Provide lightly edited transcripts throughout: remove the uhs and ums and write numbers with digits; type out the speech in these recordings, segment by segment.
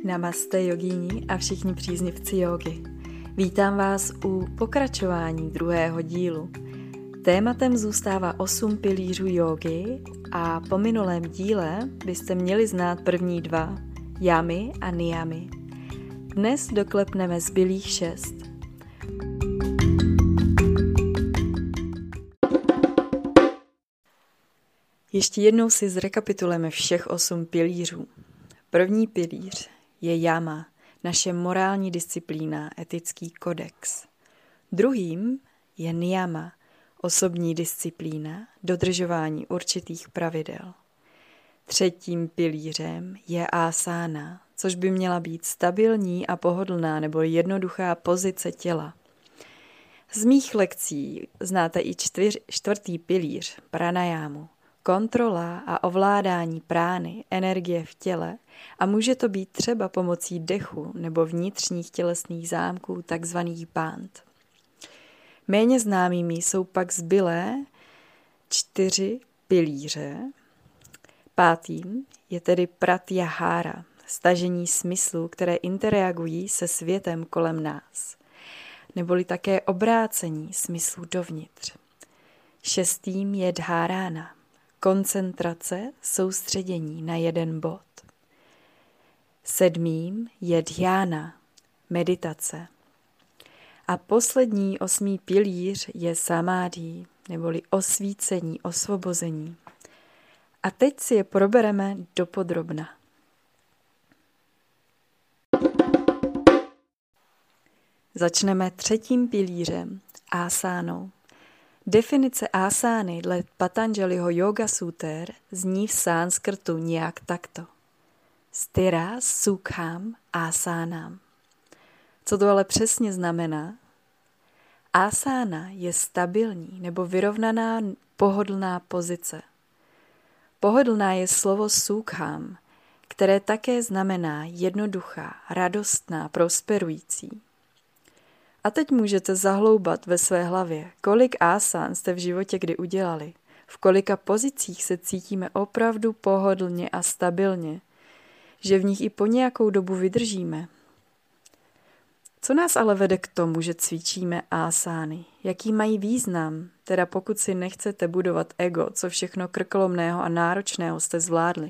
Namaste jogíni a všichni příznivci jógy. Vítám vás u pokračování druhého dílu. Tématem zůstává 8 pilířů jógy a po minulém díle byste měli znát první 2, yamy a niyamy. Dnes doklepneme zbylých 6. Ještě jednou si zrekapitulujeme všech 8 pilířů. První pilíř je yama, naše morální disciplína, etický kodex. Druhým je niyama, osobní disciplína, dodržování určitých pravidel. Třetím pilířem je asana, což by měla být stabilní a pohodlná nebo jednoduchá pozice těla. Z mých lekcí znáte i čtvrtý pilíř, pranajámu, kontrola a ovládání prány, energie v těle, a může to být třeba pomocí dechu nebo vnitřních tělesných zámků, takzvaných band. Méně známými jsou pak zbylé 4 pilíře. Pátým je tedy pratyahara, stažení smyslů, které interagují se světem kolem nás, neboli také obrácení smyslů dovnitř. Šestým je dharana, koncentrace, soustředění na jeden bod. Sedmým je dhyána, meditace. A poslední 8. pilíř je samadhi, neboli osvícení, osvobození. A teď si je probereme dopodrobna. Začneme 3. pilířem, asánou. Definice asány dle Patanjaliho Yoga Suter zní v sanskrtu nějak takto. Sthira sukham asánam. Co to ale přesně znamená? Asána je stabilní nebo vyrovnaná pohodlná pozice. Pohodlná je slovo sukham, které také znamená jednoduchá, radostná, prosperující. A teď můžete zahloubat ve své hlavě, kolik asán jste v životě kdy udělali, v kolika pozicích se cítíme opravdu pohodlně a stabilně, že v nich i po nějakou dobu vydržíme. Co nás ale vede k tomu, že cvičíme asány? Jaký mají význam? Teda pokud si nechcete budovat ego, co všechno krkolomného a náročného jste zvládli.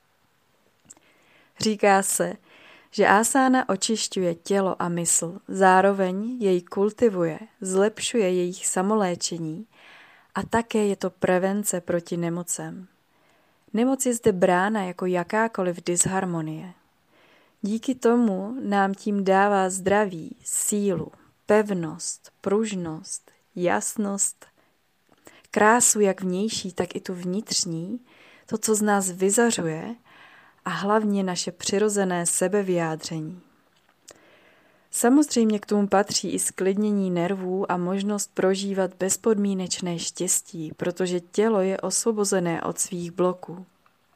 Říká se, že asána očišťuje tělo a mysl, zároveň jej kultivuje, zlepšuje jejich samoléčení a také je to prevence proti nemocem. Nemoc je zde brána jako jakákoliv disharmonie. Díky tomu nám tím dává zdraví, sílu, pevnost, pružnost, jasnost, krásu jak vnější, tak i tu vnitřní, to, co z nás vyzařuje, a hlavně naše přirozené sebevyjádření. Samozřejmě k tomu patří i sklidnění nervů a možnost prožívat bezpodmínečné štěstí, protože tělo je osvobozené od svých bloků.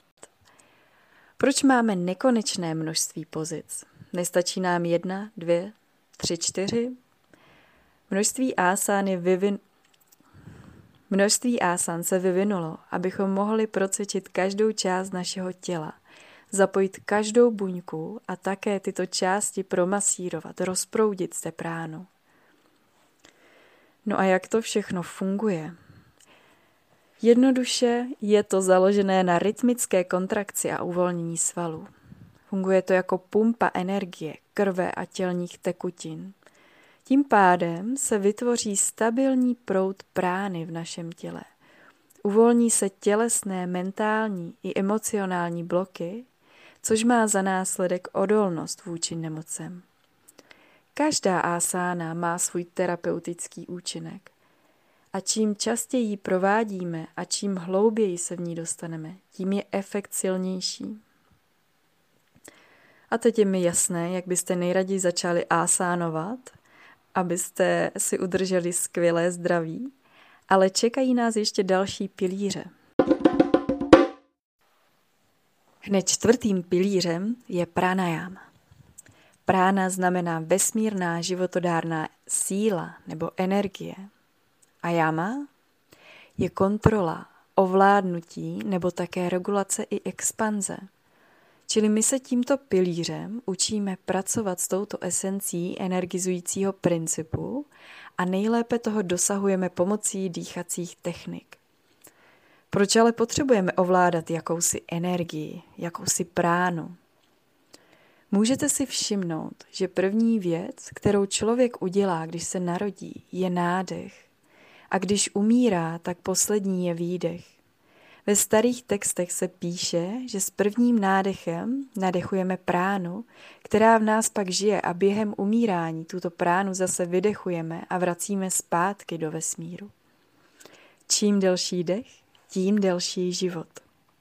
Proč máme nekonečné množství pozic? Nestačí nám 1, 2, 3, 4? Množství asán se vyvinulo, abychom mohli procvičit každou část našeho těla, zapojit každou buňku a také tyto části promasírovat, rozproudit zde pránu. No a jak to všechno funguje? Jednoduše je to založené na rytmické kontrakci a uvolnění svalů. Funguje to jako pumpa energie, krve a tělních tekutin. Tím pádem se vytvoří stabilní proud prány v našem těle. Uvolní se tělesné, mentální i emocionální bloky, což má za následek odolnost vůči nemocem. Každá asána má svůj terapeutický účinek. A čím častěji ji provádíme a čím hlouběji se v ní dostaneme, tím je efekt silnější. A teď je mi jasné, jak byste nejraději začali asánovat, abyste si udrželi skvělé zdraví, ale čekají nás ještě další pilíře. Hned 4. pilířem je pranajama. Prána znamená vesmírná životodárná síla nebo energie. A yama je kontrola, ovládnutí nebo také regulace i expanze. Čili my se tímto pilířem učíme pracovat s touto esencí energizujícího principu a nejlépe toho dosahujeme pomocí dýchacích technik. Proč ale potřebujeme ovládat jakousi energii, jakousi pránu? Můžete si všimnout, že první věc, kterou člověk udělá, když se narodí, je nádech. A když umírá, tak poslední je výdech. Ve starých textech se píše, že s prvním nádechem nadechujeme pránu, která v nás pak žije a během umírání tuto pránu zase vydechujeme a vracíme zpátky do vesmíru. Čím delší dech, tím delší život.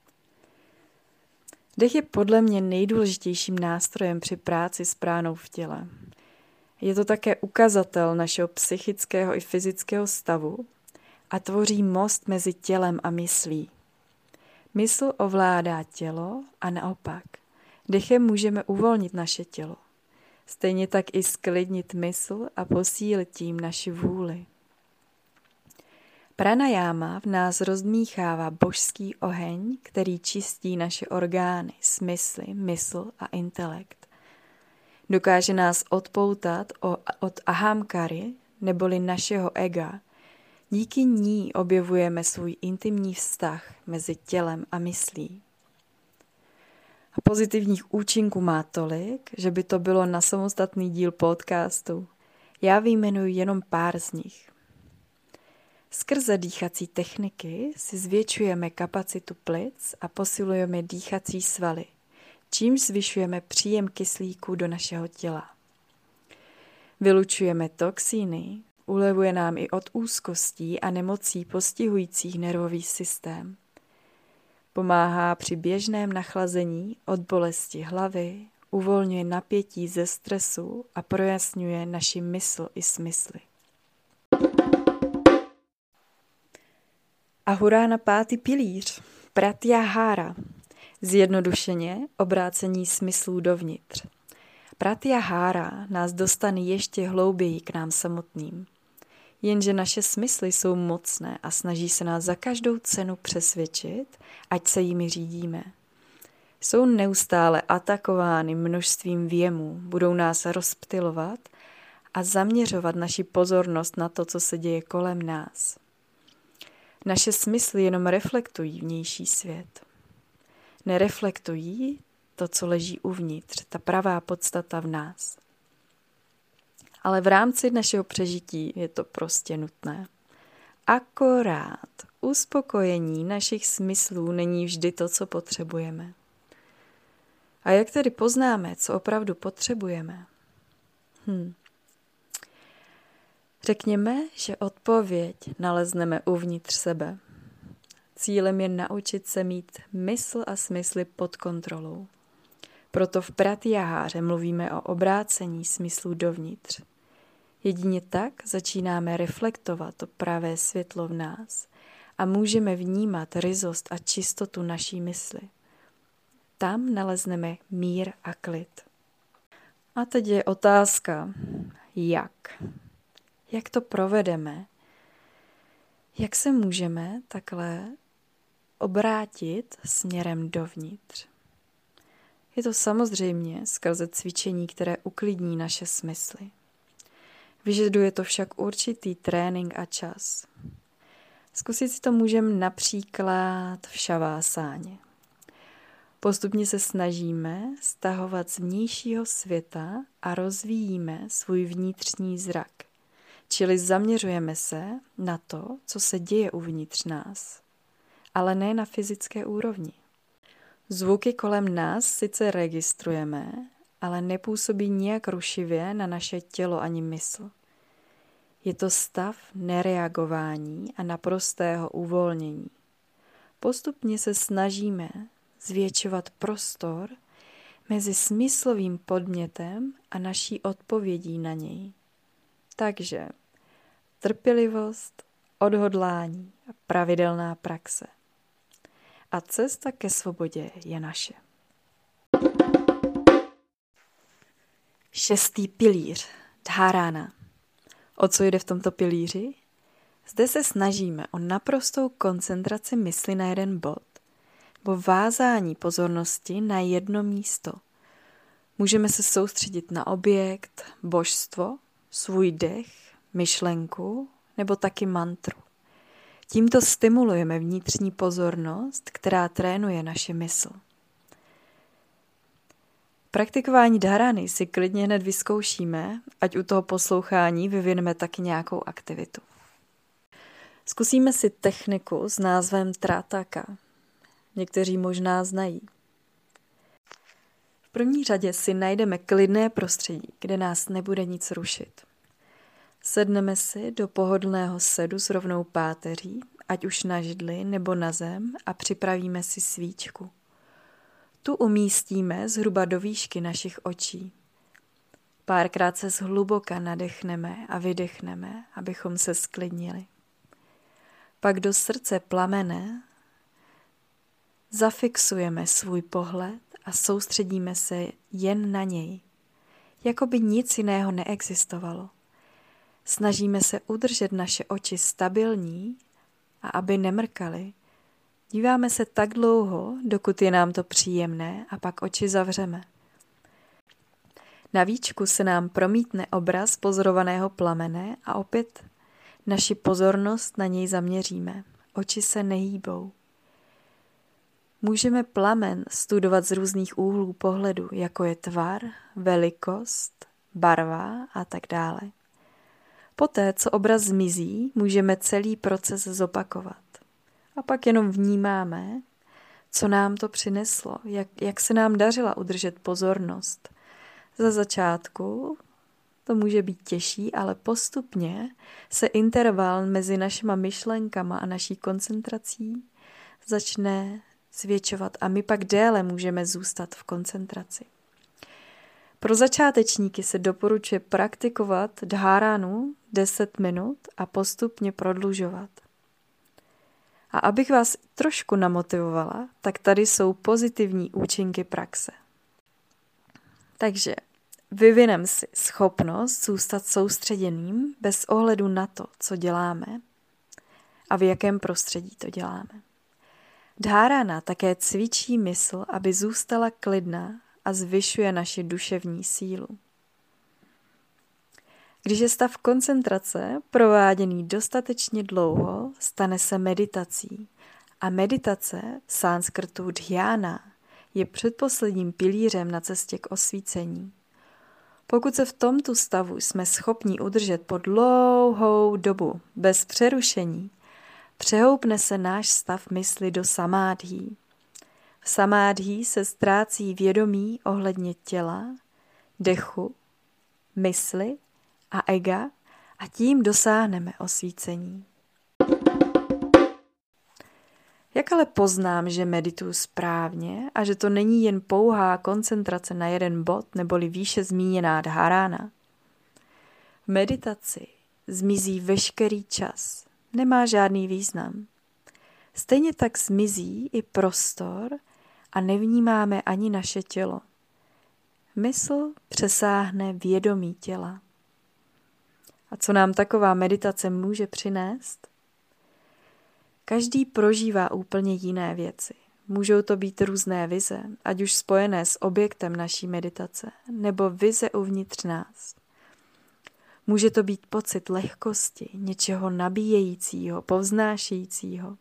Dech je podle mě nejdůležitějším nástrojem při práci s pránou v těle. Je to také ukazatel našeho psychického i fyzického stavu a tvoří most mezi tělem a myslí. Mysl ovládá tělo a naopak. Dechem můžeme uvolnit naše tělo. Stejně tak i sklidnit mysl a posílit tím naši vůli. Pranajáma v nás rozdmíchává božský oheň, který čistí naše orgány, smysly, mysl a intelekt. Dokáže nás odpoutat od ahamkary, neboli našeho ega. Díky ní objevujeme svůj intimní vztah mezi tělem a myslí. A pozitivních účinků má tolik, že by to bylo na samostatný díl podcastu. Já vyjmenuji jenom pár z nich. Skrze dýchací techniky si zvětšujeme kapacitu plic a posilujeme dýchací svaly, čímž zvyšujeme příjem kyslíku do našeho těla. Vylučujeme toxíny, ulevuje nám i od úzkostí a nemocí postihujících nervový systém. Pomáhá při běžném nachlazení od bolesti hlavy, uvolňuje napětí ze stresu a projasňuje naši mysl i smysly. Ahurána 5. pilíř, pratyahara, zjednodušeně obrácení smyslů dovnitř. Pratyahara nás dostane ještě hlouběji k nám samotným. Jenže naše smysly jsou mocné a snaží se nás za každou cenu přesvědčit, ať se jimi řídíme. Jsou neustále atakovány množstvím věmů, budou nás rozptylovat a zaměřovat naši pozornost na to, co se děje kolem nás. Naše smysly jenom reflektují vnější svět. Nereflektují to, co leží uvnitř, ta pravá podstata v nás. Ale v rámci našeho přežití je to prostě nutné. Akorát uspokojení našich smyslů není vždy to, co potřebujeme. A jak tedy poznáme, co opravdu potřebujeme? Řekněme, že odpověď nalezneme uvnitř sebe. Cílem je naučit se mít mysl a smysly pod kontrolou. Proto v pratyaháře mluvíme o obrácení smyslů dovnitř. Jedině tak začínáme reflektovat to pravé světlo v nás a můžeme vnímat ryzost a čistotu naší mysli. Tam nalezneme mír a klid. A teď je otázka, jak? Jak to provedeme? Jak se můžeme takhle obrátit směrem dovnitř? Je to samozřejmě skrze cvičení, které uklidní naše smysly. Vyžaduje to však určitý trénink a čas. Zkusit si to můžeme například v šavásáně. Postupně se snažíme stahovat z vnějšího světa a rozvíjíme svůj vnitřní zrak. Čili zaměřujeme se na to, co se děje uvnitř nás, ale ne na fyzické úrovni. Zvuky kolem nás sice registrujeme, ale nepůsobí nijak rušivě na naše tělo ani mysl. Je to stav nereagování a naprostého uvolnění. Postupně se snažíme zvětšovat prostor mezi smyslovým podmětem a naší odpovědí na něj. Takže trpělivost, odhodlání a pravidelná praxe. A cesta ke svobodě je naše. 6. pilíř, dhárána. O co jde v tomto pilíři? Zde se snažíme o naprostou koncentraci mysli na jeden bod. o vázání pozornosti na jedno místo. Můžeme se soustředit na objekt, božstvo, svůj dech, myšlenku nebo taky mantru. Tímto stimulujeme vnitřní pozornost, která trénuje naši mysl. Praktikování dharany si klidně hned vyzkoušíme, ať u toho poslouchání vyvineme taky nějakou aktivitu. Zkusíme si techniku s názvem Trataka. Někteří možná znají. V první řadě si najdeme klidné prostředí, kde nás nebude nic rušit. Sedneme si do pohodlného sedu s rovnou páteří, ať už na židli nebo na zem, a připravíme si svíčku. Tu umístíme zhruba do výšky našich očí. Párkrát se zhluboka nadechneme a vydechneme, abychom se sklidnili. Pak do srdce plamene zafixujeme svůj pohled a soustředíme se jen na něj, jako by nic jiného neexistovalo. Snažíme se udržet naše oči stabilní a aby nemrkaly, díváme se tak dlouho, dokud je nám to příjemné, a pak oči zavřeme. Na víčku se nám promítne obraz pozorovaného plamene a opět naši pozornost na něj zaměříme. Oči se nehýbou. Můžeme plamen studovat z různých úhlů pohledu, jako je tvar, velikost, barva a tak dále. Poté, co obraz zmizí, můžeme celý proces zopakovat. A pak jenom vnímáme, co nám to přineslo, jak se nám dařila udržet pozornost. Za začátku to může být těžší, ale postupně se interval mezi našima myšlenkama a naší koncentrací začne zvětšovat a my pak déle můžeme zůstat v koncentraci. Pro začátečníky se doporučuje praktikovat dharanu 10 minut a postupně prodlužovat. A abych vás trošku namotivovala, tak tady jsou pozitivní účinky praxe. Takže vyvineme si schopnost zůstat soustředěným bez ohledu na to, co děláme a v jakém prostředí to děláme. Dharana také cvičí mysl, aby zůstala klidná, a zvyšuje naši duševní sílu. Když je stav koncentrace prováděný dostatečně dlouho, stane se meditací. A meditace v sanskrtu dhyána je předposledním pilířem na cestě k osvícení. Pokud se v tomto stavu jsme schopni udržet po dlouhou dobu bez přerušení, přehoupne se náš stav mysli do samádhí. V samádhí se ztrácí vědomí ohledně těla, dechu, mysli a ega a tím dosáhneme osvícení. Jak ale poznám, že medituju správně a že to není jen pouhá koncentrace na jeden bod neboli výše zmíněná dharana? V meditaci zmizí veškerý čas, nemá žádný význam. Stejně tak zmizí i prostor a nevnímáme ani naše tělo. Mysl přesáhne vědomí těla. A co nám taková meditace může přinést? Každý prožívá úplně jiné věci. Můžou to být různé vize, ať už spojené s objektem naší meditace, nebo vize uvnitř nás. Může to být pocit lehkosti, něčeho nabíjejícího, povznášejícího.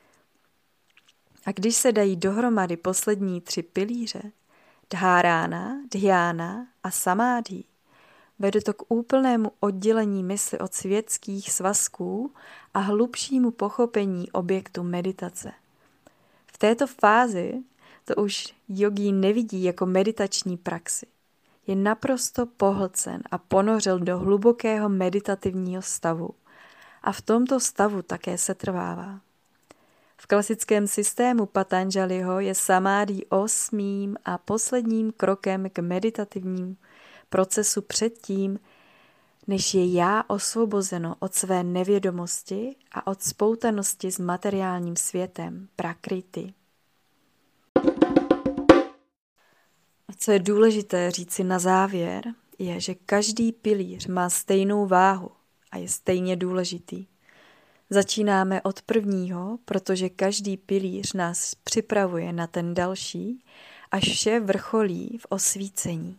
A když se dají dohromady poslední 3 pilíře, dharana, dhyána a samádhi, vede to k úplnému oddělení mysli od světských svazků a hlubšímu pochopení objektu meditace. V této fázi to už jogín nevidí jako meditační praxi. Je naprosto pohlcen a ponořil do hlubokého meditativního stavu a v tomto stavu také setrvává. V klasickém systému Patanjaliho je samádhi 8. a posledním krokem k meditativnímu procesu předtím, než je já osvobozeno od své nevědomosti a od spoutanosti s materiálním světem, prakriti. A co je důležité říci na závěr, je, že každý pilíř má stejnou váhu a je stejně důležitý. Začínáme od prvního, protože každý pilíř nás připravuje na ten další, až vše vrcholí v osvícení.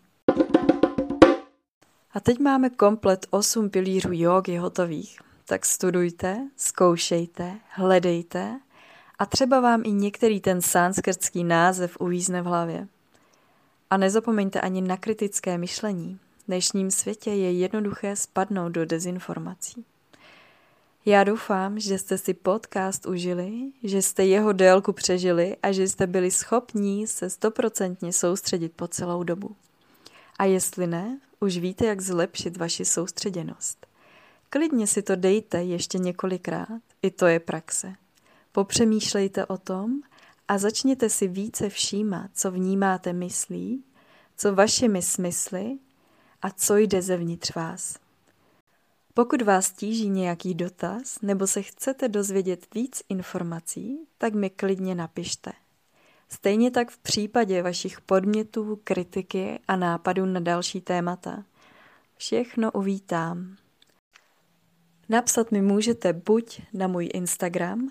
A teď máme komplet 8 pilířů jógy hotových. Tak studujte, zkoušejte, hledejte a třeba vám i některý ten sanskrtský název uvízne v hlavě. A nezapomeňte ani na kritické myšlení. V dnešním světě je jednoduché spadnout do dezinformací. Já doufám, že jste si podcast užili, že jste jeho délku přežili a že jste byli schopní se 100% soustředit po celou dobu. A jestli ne, už víte, jak zlepšit vaši soustředěnost. Klidně si to dejte ještě několikrát, i to je praxe. Popřemýšlejte o tom a začněte si více všímat, co vnímáte myslí, co vašimi smysly a co jde zevnitř vás. Pokud vás tíží nějaký dotaz nebo se chcete dozvědět víc informací, tak mi klidně napište. Stejně tak v případě vašich podnětů, kritiky a nápadů na další témata. Všechno uvítám. Napsat mi můžete buď na můj Instagram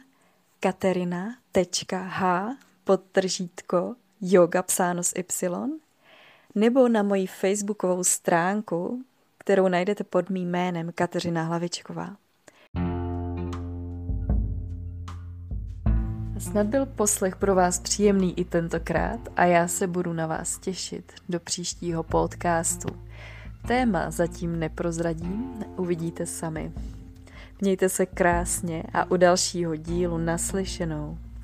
katerina.h_yoga psáno s Y, nebo na moji facebookovou stránku, kterou najdete pod mým jménem Kateřina Hlavičková. Snad byl poslech pro vás příjemný i tentokrát a já se budu na vás těšit do příštího podcastu. Téma zatím neprozradím, uvidíte sami. Mějte se krásně a u dalšího dílu naslyšenou.